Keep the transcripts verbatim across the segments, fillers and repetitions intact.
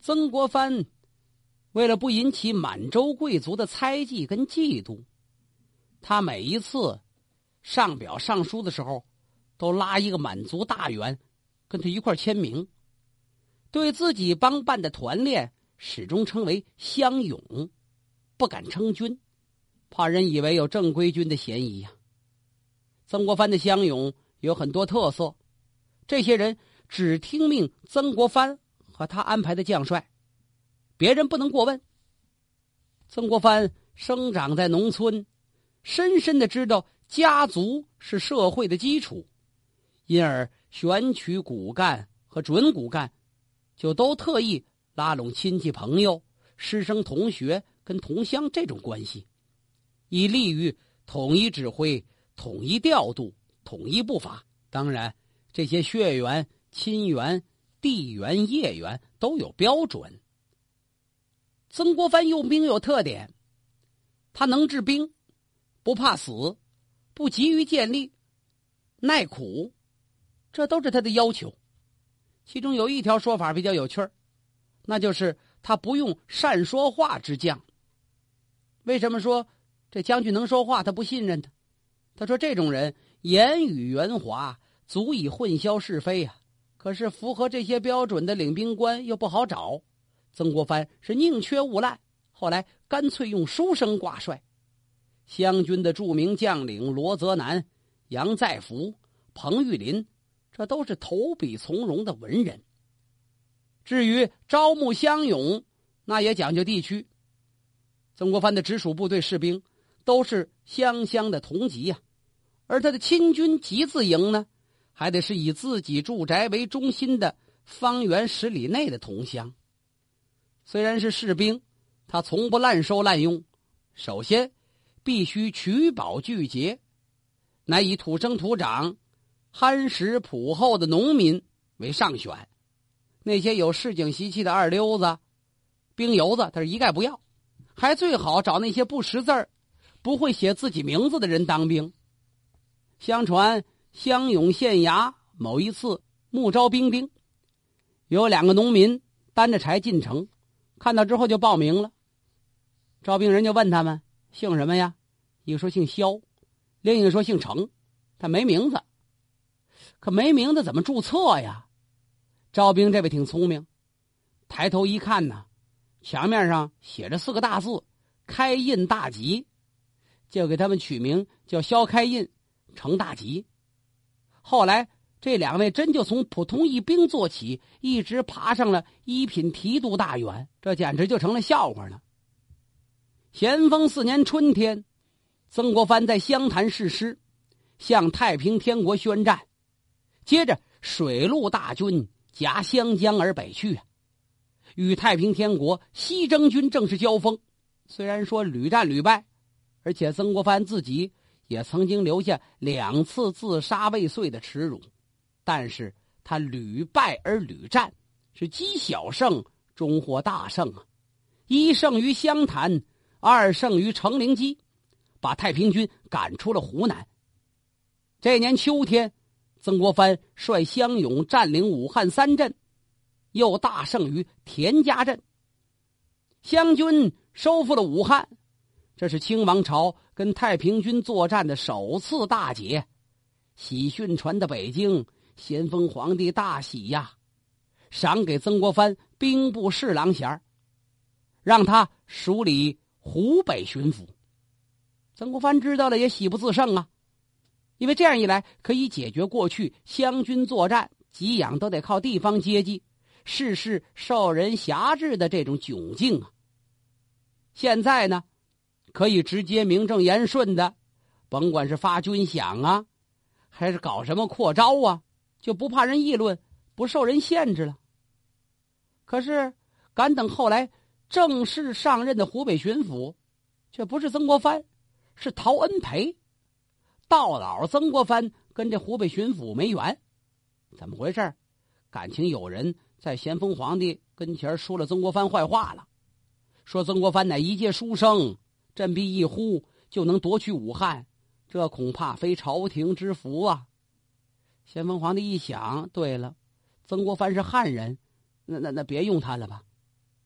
曾国藩为了不引起满洲贵族的猜忌跟嫉妒，他每一次上表上书的时候，都拉一个满族大员跟他一块签名，对自己帮办的团练始终称为乡勇，不敢称军，怕人以为有正规军的嫌疑呀、啊。曾国藩的乡勇有很多特色，这些人只听命曾国藩和他安排的将帅，别人不能过问。曾国藩生长在农村，深深的知道家族是社会的基础，因而选取骨干和准骨干，就都特意拉拢亲戚朋友、师生同学跟同乡这种关系，以利于统一指挥、统一调度、统一步伐。当然，这些血缘、亲缘、地缘、业缘都有标准。曾国藩用兵有特点，他能治兵，不怕死，不急于建立，耐苦，这都是他的要求。其中有一条说法比较有趣儿，那就是他不用善说话之将。为什么说这将军能说话他不信任他？他说这种人言语圆滑，足以混淆是非呀、啊。可是符合这些标准的领兵官又不好找，曾国藩是宁缺毋滥，后来干脆用书生挂帅。湘军的著名将领罗泽南、杨再福、彭玉麟，这都是投笔从戎的文人。至于招募乡勇，那也讲究地区。曾国藩的直属部队士兵都是乡乡的同级呀、啊，而他的亲军集字营呢，还得是以自己住宅为中心的方圆十里内的同乡。虽然是士兵，他从不滥收滥用，首先必须取保具节，乃以土生土长、憨实朴厚的农民为上选，那些有市井习气的二溜子、兵油子，他是一概不要，还最好找那些不识字儿、不会写自己名字的人当兵。相传湘勇县衙某一次募招兵丁，有两个农民担着柴进城，看到之后就报名了。招兵人就问他们姓什么呀？一个说姓萧，另一个说姓程，他没名字。可没名字怎么注册呀？招兵这位挺聪明，抬头一看呢，墙面上写着四个大字开印大吉，就给他们取名叫萧开印、程大吉。后来这两位真就从普通一兵做起，一直爬上了一品提督大员，这简直就成了笑话了。咸丰四年春天，曾国藩在湘潭誓师，向太平天国宣战，接着水陆大军夹湘江而北去，与太平天国西征军正式交锋。虽然说屡战屡败，而且曾国藩自己也曾经留下两次自杀未遂的耻辱，但是他屡败而屡战，是积小胜终获大胜啊！一胜于湘潭，二胜于程灵基，把太平军赶出了湖南。这年秋天，曾国藩率湘勇占领武汉三镇，又大胜于田家镇。湘军收复了武汉，这是清王朝跟太平军作战的首次大捷。喜讯传到北京，咸丰皇帝大喜呀，赏给曾国藩兵部侍郎衔，让他署理湖北巡抚。曾国藩知道了也喜不自胜啊，因为这样一来可以解决过去湘军作战给养都得靠地方阶级，事事受人辖制的这种窘境啊。现在呢，可以直接名正言顺的，甭管是发军饷啊，还是搞什么扩招啊，就不怕人议论，不受人限制了。可是敢等后来正式上任的湖北巡抚，却不是曾国藩，是陶恩培。到老曾国藩跟这湖北巡抚没缘，怎么回事？感情有人在咸丰皇帝跟前说了曾国藩坏话了，说曾国藩乃一介书生，振臂一呼就能夺取武汉，这恐怕非朝廷之福啊。咸丰皇帝一想，对了，曾国藩是汉人，那那那别用他了吧。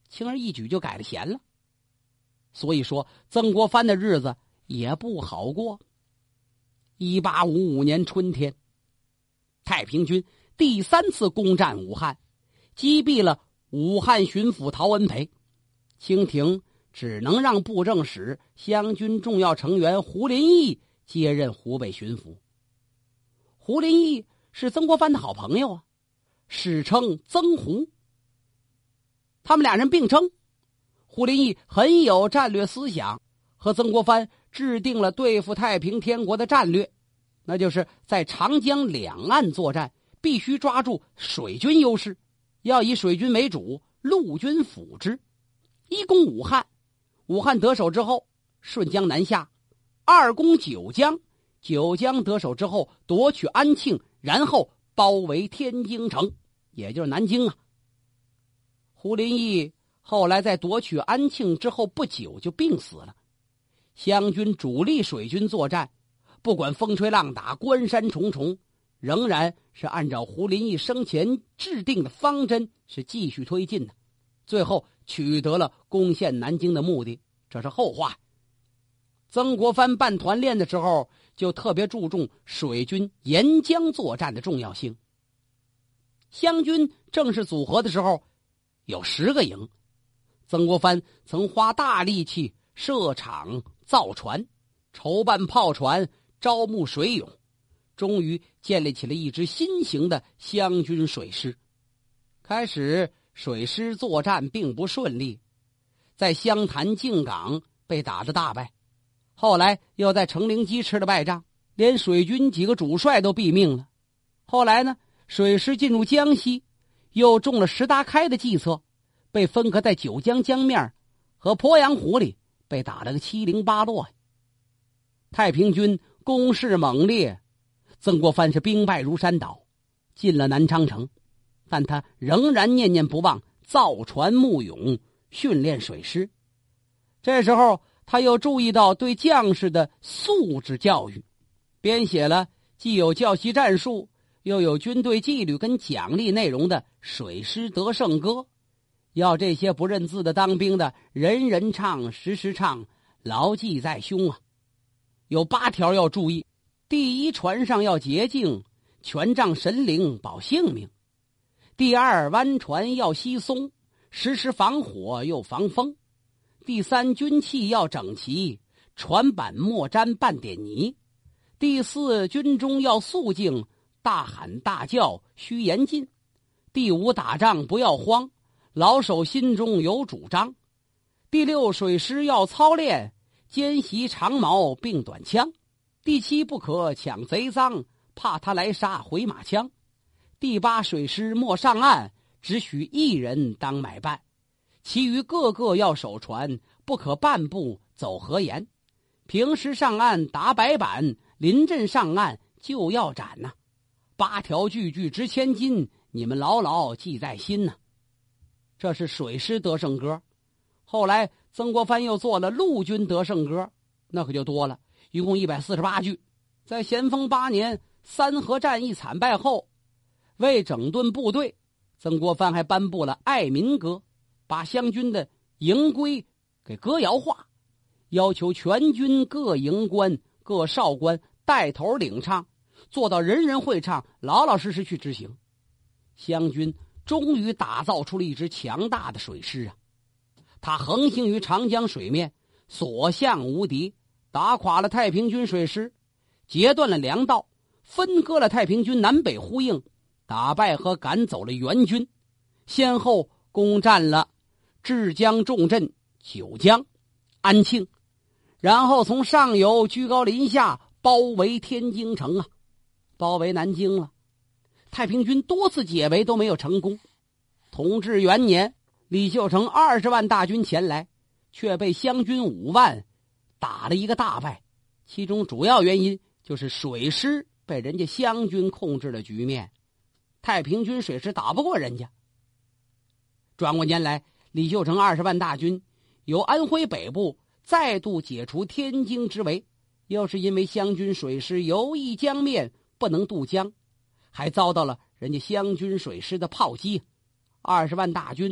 轻而易举就改了弦了。所以说曾国藩的日子也不好过。一八五五年春天，太平军第三次攻占武汉，击毙了武汉巡抚陶恩培。清廷只能让布政使湘军重要成员胡林翼接任湖北巡抚。胡林翼是曾国藩的好朋友啊，史称曾胡。他们俩人并称，胡林翼很有战略思想，和曾国藩制定了对付太平天国的战略，那就是在长江两岸作战必须抓住水军优势，要以水军为主，陆军辅之。一攻武汉，武汉得手之后顺江南下；二攻九江，九江得手之后夺取安庆，然后包围天津城，也就是南京啊。胡林翼后来在夺取安庆之后不久就病死了。湘军主力水军作战，不管风吹浪打，关山重重，仍然是按照胡林翼生前制定的方针是继续推进的，最后取得了攻陷南京的目的，这是后话。曾国藩办团练的时候就特别注重水军沿江作战的重要性。湘军正式组合的时候有十个营，曾国藩曾花大力气设厂造船，筹办炮船，招募水勇，终于建立起了一支新型的湘军水师。开始水师作战并不顺利，在湘潭靖港被打得大败，后来又在成陵矶吃了败仗，连水军几个主帅都毙命了。后来呢，水师进入江西，又中了石达开的计策，被分割在九江江面和鄱阳湖里，被打了个七零八落。太平军攻势猛烈，曾国藩是兵败如山倒，进了南昌城，但他仍然念念不忘造船募勇，训练水师。这时候他又注意到对将士的素质教育，编写了既有教习战术又有军队纪律跟奖励内容的水师得胜歌，要这些不认字的当兵的人人唱，时时唱，牢记在胸啊。有八条要注意：第一，船上要洁净，权杖神灵保性命；第二，弯船要稀松，时时防火又防风；第三，军器要整齐，船板莫沾半点泥；第四，军中要肃静，大喊大叫须严禁；第五，打仗不要慌，老手心中有主张；第六，水师要操练，肩袭长矛并短枪；第七，不可抢贼赃，怕他来杀回马枪；第八，水师莫上岸，只许一人当买办，其余个个要守船，不可半步走河沿。平时上岸打白板，临阵上岸就要斩呐、啊！八条句句值千金，你们牢牢记在心呐、啊！这是水师得胜歌。后来曾国藩又做了陆军得胜歌，那可就多了，一共一百四十八句。在咸丰八年三河战役惨败后，为整顿部队，曾国藩还颁布了爱民歌，把湘军的营规给歌谣化，要求全军各营官各少官带头领唱，做到人人会唱，老老实实去执行。湘军终于打造出了一支强大的水师啊！他横行于长江水面，所向无敌，打垮了太平军水师，截断了粮道，分割了太平军南北呼应，打败和赶走了援军，先后攻占了治江重镇九江、安庆，然后从上游居高临下包围天津城啊，包围南京了。太平军多次解围都没有成功。同治元年，李秀成二十万大军前来，却被湘军五万打了一个大败，其中主要原因就是水师被人家湘军控制了局面，太平军水师打不过人家。转过年来，李秀成二十万大军由安徽北部再度解除天津之围，又是因为湘军水师游弋江面不能渡江，还遭到了人家湘军水师的炮击，二十万大军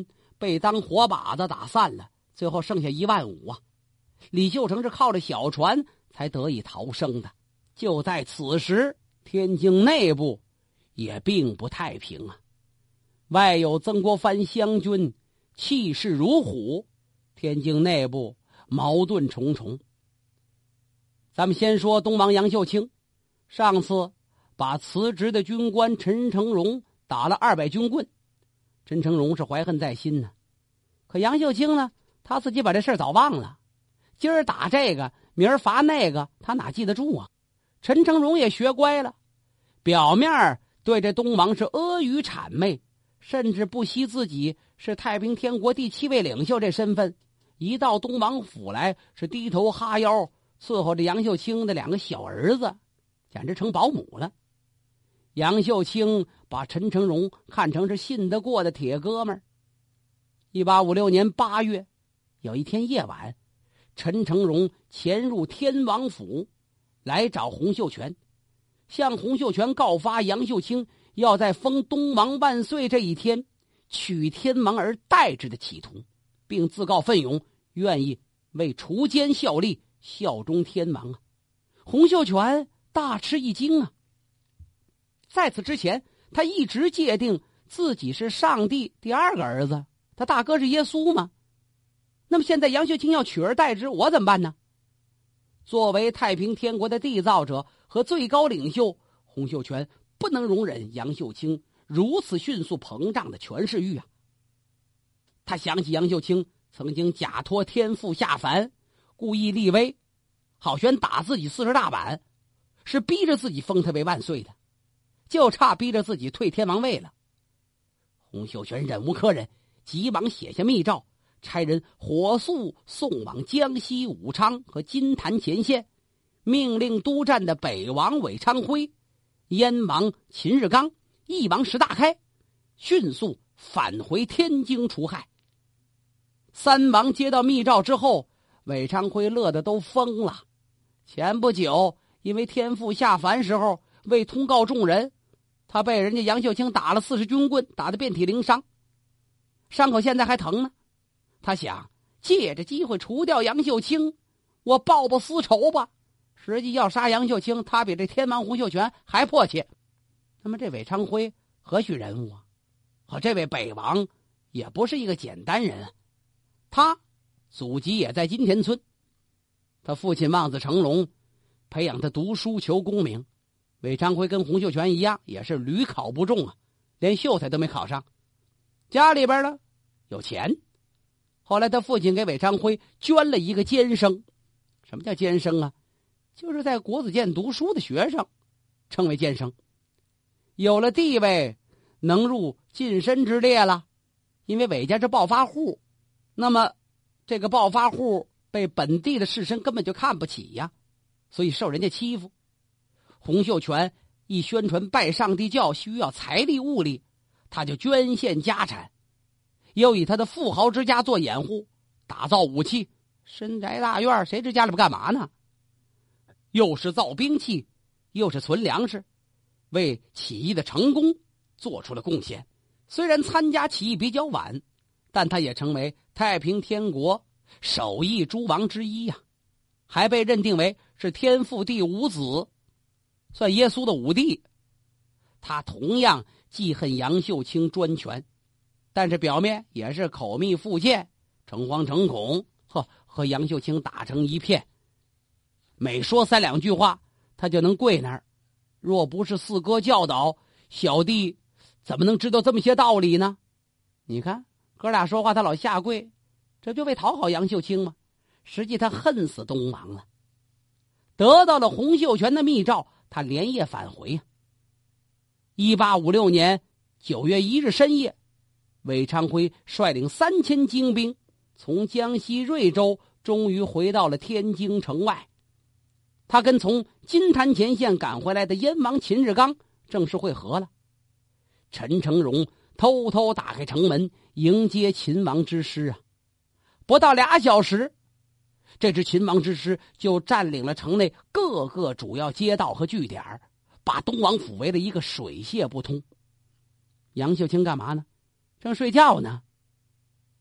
被当活靶子打散了，最后剩下一万五啊！李秀成是靠着小船才得以逃生的。就在此时，天津内部也并不太平啊，外有曾国藩湘军气势如虎，天津内部矛盾重重。咱们先说东王杨秀清，上次把辞职的军官陈成荣打了二百军棍，陈成荣是怀恨在心呢。可杨秀清呢，他自己把这事早忘了，今儿打这个，明儿罚那个，他哪记得住啊？陈成荣也学乖了，表面对这东王是阿谀谄媚，甚至不惜自己是太平天国第七位领袖这身份，一到东王府来是低头哈腰伺候着杨秀清的两个小儿子，简直成保姆了。杨秀清把陈成荣看成是信得过的铁哥们儿。一八五六年八月，有一天夜晚，陈成荣潜入天王府，来找洪秀全，向洪秀全告发杨秀清要在封东王万岁这一天取天王而代之的企图，并自告奋勇，愿意为除奸效力，效忠天王啊！洪秀全大吃一惊啊！在此之前，他一直界定自己是上帝第二个儿子，他大哥是耶稣吗？那么现在杨秀清要取而代之，我怎么办呢？作为太平天国的缔造者和最高领袖，洪秀全不能容忍杨秀清如此迅速膨胀的权势欲啊！他想起杨秀清曾经假托天父下凡，故意立威，好悬打自己四十大板，是逼着自己封他为万岁的，就差逼着自己退天王位了。洪秀全忍无可忍，急忙写下密诏，差人火速送往江西武昌和金坛前线，命令督战的北王韦昌辉、燕王秦日刚、翼王石大开迅速返回天津除害。三王接到密诏之后，韦昌辉乐得都疯了。前不久因为天父下凡时候未通告众人，他被人家杨秀清打了四十军棍，打得遍体鳞伤，伤口现在还疼呢。他想借着机会除掉杨秀清，我报报私仇吧。实际要杀杨秀清，他比这天王洪秀全还迫切。那么这韦昌辉何许人物啊？和这位北王也不是一个简单人啊。他祖籍也在金田村，他父亲望子成龙，培养他读书求功名。韦昌辉跟洪秀全一样，也是屡考不中啊，连秀才都没考上。家里边呢有钱，后来他父亲给韦昌辉捐了一个监生。什么叫监生啊？就是在国子监读书的学生称为监生。有了地位，能入近身之列了。因为韦家是暴发户，那么这个暴发户被本地的士绅根本就看不起呀，所以受人家欺负。洪秀全一宣传拜上帝教需要财力物力，他就捐献家产，又以他的富豪之家做掩护，打造武器，深宅大院，谁知家里边干嘛呢？又是造兵器，又是存粮食，为起义的成功做出了贡献。虽然参加起义比较晚，但他也成为太平天国首义诸王之一呀、啊，还被认定为是天父第五子，算耶稣的五弟。他同样记恨杨秀清专权，但是表面也是口蜜腹剑，诚惶诚恐，呵，和杨秀清打成一片。每说三两句话，他就能跪那儿。若不是四哥教导，小弟怎么能知道这么些道理呢？你看哥俩说话他老下跪，这就为讨好杨秀清吗？实际他恨死东王了。得到了洪秀全的密诏，他连夜返回。一八五六年九月一日深夜，韦昌辉率领三千精兵从江西瑞州终于回到了天津城外。他跟从金坛前线赶回来的燕王秦日刚正式会合了。陈成荣偷偷打开城门迎接秦王之师啊！不到俩小时，这支秦王之师就占领了城内各个主要街道和据点，把东王府围了一个水泄不通。杨秀清干嘛呢？正睡觉呢。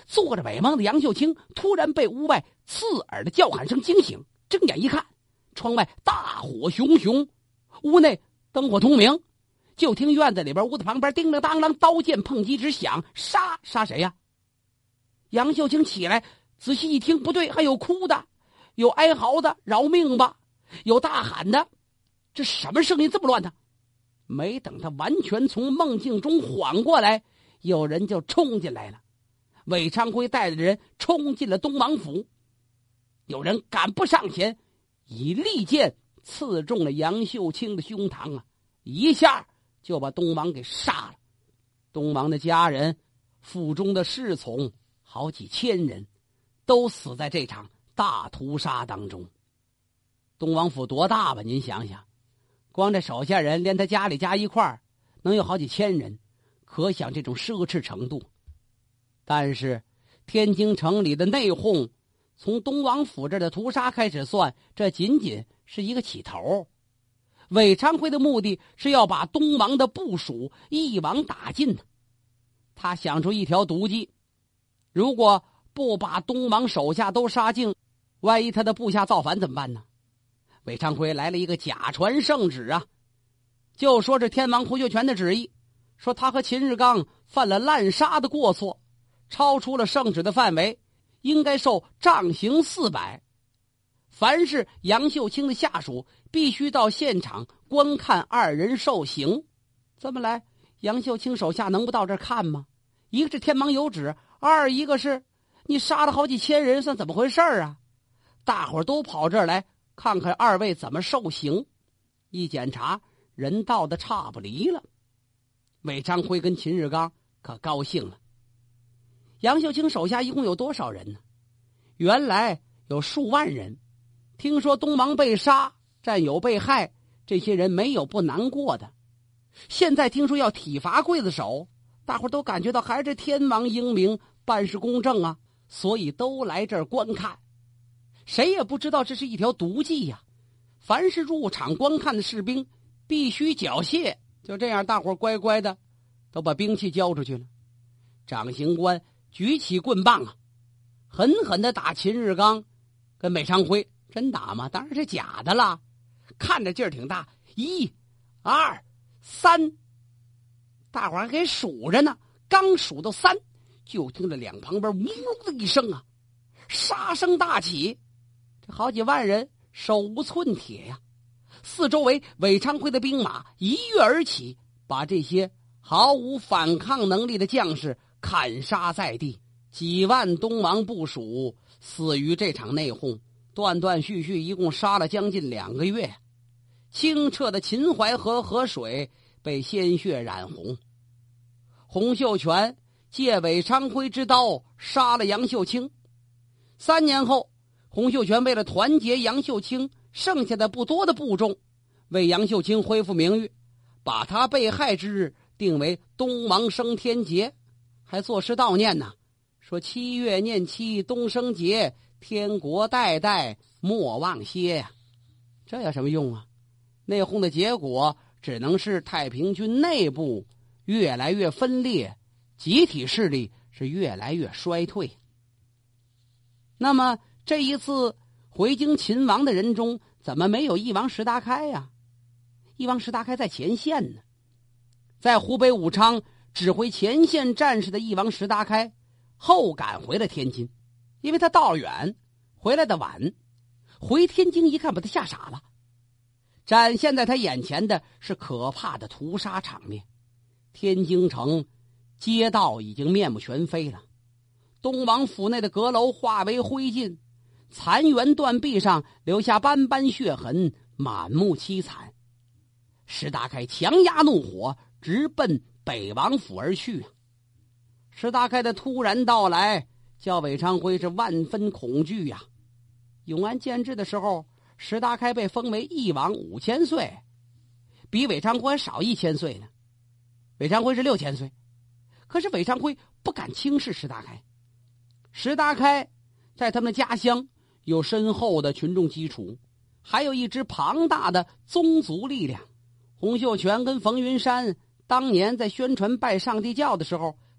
坐着美梦的杨秀清突然被屋外刺耳的叫喊声惊醒，睁眼一看，窗外大火熊熊，屋内灯火通明，就听院子里边屋子旁边叮铃当啷，刀剑碰击直响。杀杀谁呀？杨秀清起来仔细一听，不对，还有哭的，有哀嚎的，饶命吧，有大喊的，这什么声音这么乱呢？没等他完全从梦境中缓过来，有人就冲进来了。韦昌辉带着人冲进了东王府，有人赶不上前，以利剑刺中了杨秀清的胸膛啊，一下就把东王给杀了。东王的家人、府中的侍从好几千人都死在这场大屠杀当中。东王府多大吧？您想想，光这手下人连他家里加一块儿能有好几千人，可想这种奢侈程度。但是天津城里的内讧，从东王府这儿的屠杀开始算，这仅仅是一个起头。韦昌辉的目的是要把东王的部属一网打尽。他想出一条毒计，如果不把东王手下都杀尽，万一他的部下造反怎么办呢？韦昌辉来了一个假传圣旨啊，就说这天王胡秀全的旨意，说他和秦日刚犯了滥杀的过错，超出了圣旨的范围，应该受杖刑四百。凡是杨秀清的下属必须到现场观看二人受刑。这么来，杨秀清手下能不到这儿看吗？一个是天王有旨，二一个是你杀了好几千人，算怎么回事啊？大伙儿都跑这儿来看看二位怎么受刑。一检查，人到的差不离了。韦昌辉跟秦日刚可高兴了。杨秀清手下一共有多少人呢？原来有数万人。听说东王被杀，战友被害，这些人没有不难过的。现在听说要体罚刽子手，大伙都感觉到还是天王英明，办事公正啊，所以都来这儿观看。谁也不知道这是一条毒计呀、啊！凡是入场观看的士兵必须缴械。就这样，大伙乖乖的都把兵器交出去了。掌刑官举起棍棒啊，狠狠的打秦日刚跟韦昌辉。真打吗？当然是假的啦，看着劲儿挺大。一、二、三，大伙儿还给数着呢。刚数到三，就听着两旁边“嗡嗡”的一声啊，杀声大起。这好几万人手无寸铁呀，四周围韦昌辉的兵马一跃而起，把这些毫无反抗能力的将士砍杀在地。几万东王部属死于这场内讧。断断续续一共杀了将近两个月，清澈的秦淮河河水被鲜血染红。洪秀全借韦昌辉之刀杀了杨秀清。三年后，洪秀全为了团结杨秀清剩下的不多的部众，为杨秀清恢复名誉，把他被害之日定为东王升天节，还作诗悼念呢，说七月念七东升节，天国代代莫忘歇呀、啊，这有什么用啊？内讧的结果只能是太平军内部越来越分裂，集体势力是越来越衰退。那么这一次回京勤王的人中，怎么没有义王石达开呀、啊？义王石达开在前线呢，在湖北武昌指挥前线战士的义王石达开后赶回了天津。因为他到远，回来的晚，回天津一看，把他吓傻了。展现在他眼前的是可怕的屠杀场面。天津城街道已经面目全非了，东王府内的阁楼化为灰烬，残垣断壁上留下斑斑血痕，满目凄惨。石达开强压怒火，直奔北王府而去。石达开的突然到来叫韦昌辉是万分恐惧呀、啊。永安建制的时候，石达开被封为义王五千岁，比韦昌辉少一千岁呢。韦昌辉是六千岁，可是韦昌辉不敢轻视石达开。石达开在他们的家乡有深厚的群众基础，还有一支庞大的宗族力量。洪秀全跟冯云山当年在宣传拜上帝教的时候，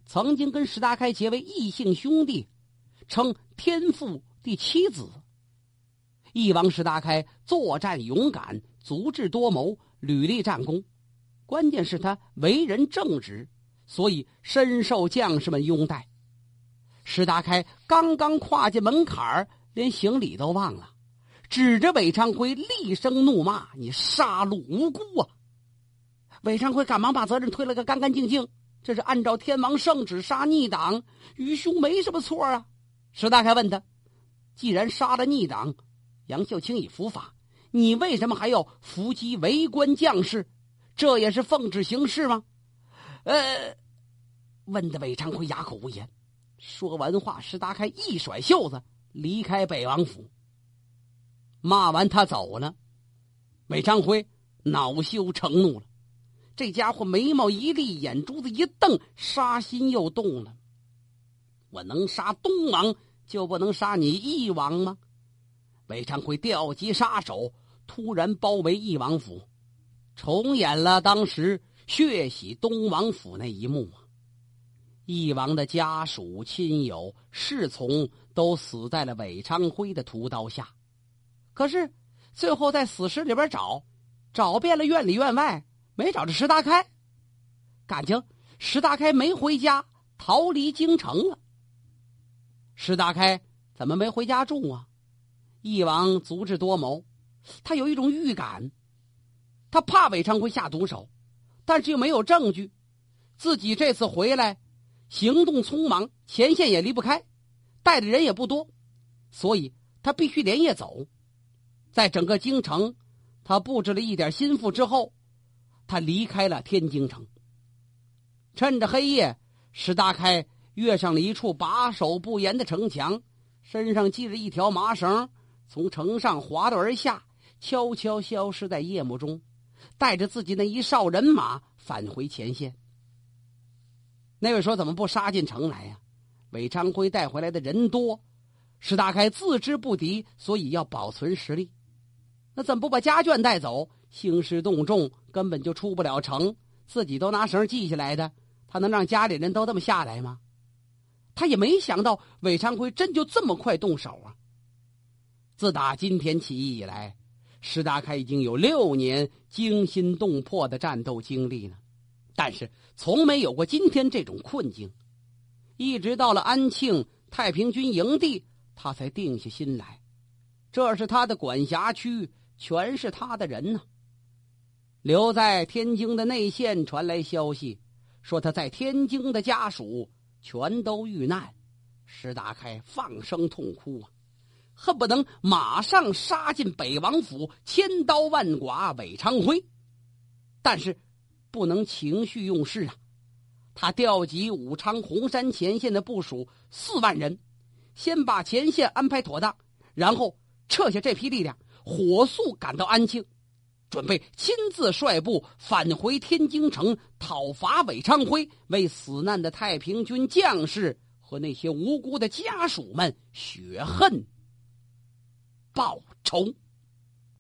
曾经跟石达开结为异姓兄弟，称天父第七子。义王石达开作战勇敢，足智多谋，屡立战功。关键是他为人正直，所以深受将士们拥戴。石达开刚刚跨进门槛，连行礼都忘了，指着韦昌辉厉声怒骂：“你杀戮无辜啊！”韦昌辉赶忙把责任推了个干干净净，这是按照天王圣旨杀逆党，愚兄没什么错啊。石达开问他：“既然杀了逆党，杨秀清已伏法，你为什么还要伏击为官将士？这也是奉旨行事吗？”呃，问的韦昌辉哑口无言。说完话，石达开一甩袖子离开北王府。骂完他走了，韦昌辉恼羞成怒了。这家伙眉毛一立，眼珠子一瞪，杀心又动了。我能杀东王，就不能杀你义王吗？韦昌辉调集杀手，突然包围义王府，重演了当时血洗东王府那一幕啊！义王的家属、亲友、侍从都死在了韦昌辉的屠刀下。可是最后在死尸里边找，找遍了院里院外，没找着石达开。感情石达开没回家，逃离京城了。石达开怎么没回家住啊？义王足智多谋，他有一种预感，他怕韦昌辉下毒手，但是又没有证据，自己这次回来行动匆忙，前线也离不开，带的人也不多，所以他必须连夜走。在整个京城，他布置了一点心腹之后，他离开了天京城。趁着黑夜，石达开跃上了一处把守不严的城墙，身上系着一条麻绳，从城上滑落而下，悄悄消失在夜幕中，带着自己那一哨人马返回前线。那位说怎么不杀进城来呀？韦昌辉带回来的人多，石达开自知不敌，所以要保存实力。那怎么不把家眷带走？兴师动众，根本就出不了城，自己都拿绳系下来的，他能让家里人都这么下来吗？他也没想到韦昌辉真就这么快动手啊！自打今天起义以来，石达开已经有六年惊心动魄的战斗经历了，但是从没有过今天这种困境。一直到了安庆太平军营地，他才定下心来。这是他的管辖区，全是他的人呢、啊。留在天津的内线传来消息，说他在天津的家属全都遇难。石达开放声痛哭啊，恨不能马上杀进北王府，千刀万剐韦昌辉。但是不能情绪用事啊，他调集武昌洪山前线的部署四万人，先把前线安排妥当，然后撤下这批力量，火速赶到安庆，准备亲自率部返回天津城，讨伐韦昌辉，为死难的太平军将士和那些无辜的家属们雪恨报仇。